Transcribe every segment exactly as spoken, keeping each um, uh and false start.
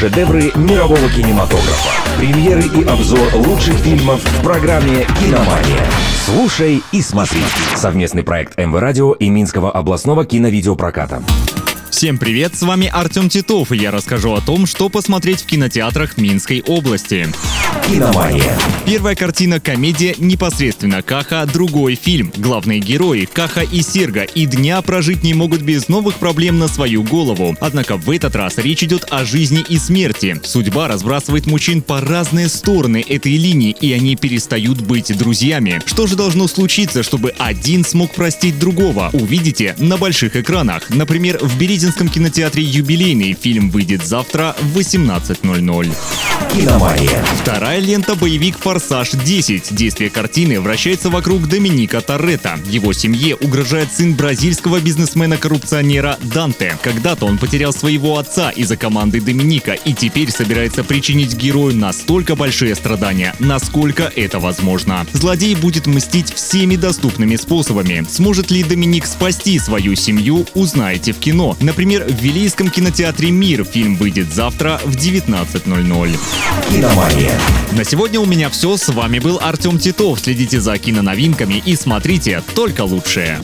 Шедевры мирового кинематографа. Премьеры и обзор лучших фильмов в программе «Киномания». Слушай и смотри. Совместный проект эм вэ Радио и Минского областного киновидеопроката. Всем привет, с вами Артем Титов, и я расскажу о том, что посмотреть в кинотеатрах Минской области. «Киномания». Первая картина — комедия непосредственно Каха, другой фильм. Главные герои Каха и Серга и дня прожить не могут без новых проблем на свою голову. Однако в этот раз речь идет о жизни и смерти. Судьба разбрасывает мужчин по разные стороны этой линии, и они перестают быть друзьями. Что же должно случиться, чтобы один смог простить другого? Увидите на больших экранах. Например, в Березинском кинотеатре «Юбилейный» фильм выйдет завтра в восемнадцать ноль ноль. «Киномания». Вторая лента — боевик «Форсаж десять». Действие картины вращается вокруг Доминика Торетто. Его семье угрожает сын бразильского бизнесмена-коррупционера Данте. Когда-то он потерял своего отца из-за команды Доминика и теперь собирается причинить герою настолько большие страдания, насколько это возможно. Злодей будет мстить всеми доступными способами. Сможет ли Доминик спасти свою семью, узнаете в кино. Например, в Вилийском кинотеатре «Мир» фильм выйдет завтра в девятнадцать ноль ноль. «Киномания». На сегодня у меня все. С вами был Артем Титов. Следите за киноновинками и смотрите только лучшее.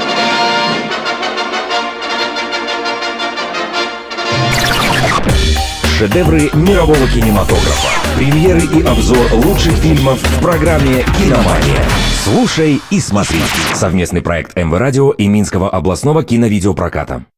Шедевры мирового кинематографа. Премьеры и обзор лучших фильмов в программе «Киномания». Слушай и смотри. Совместный проект эм вэ Радио и Минского областного киновидеопроката.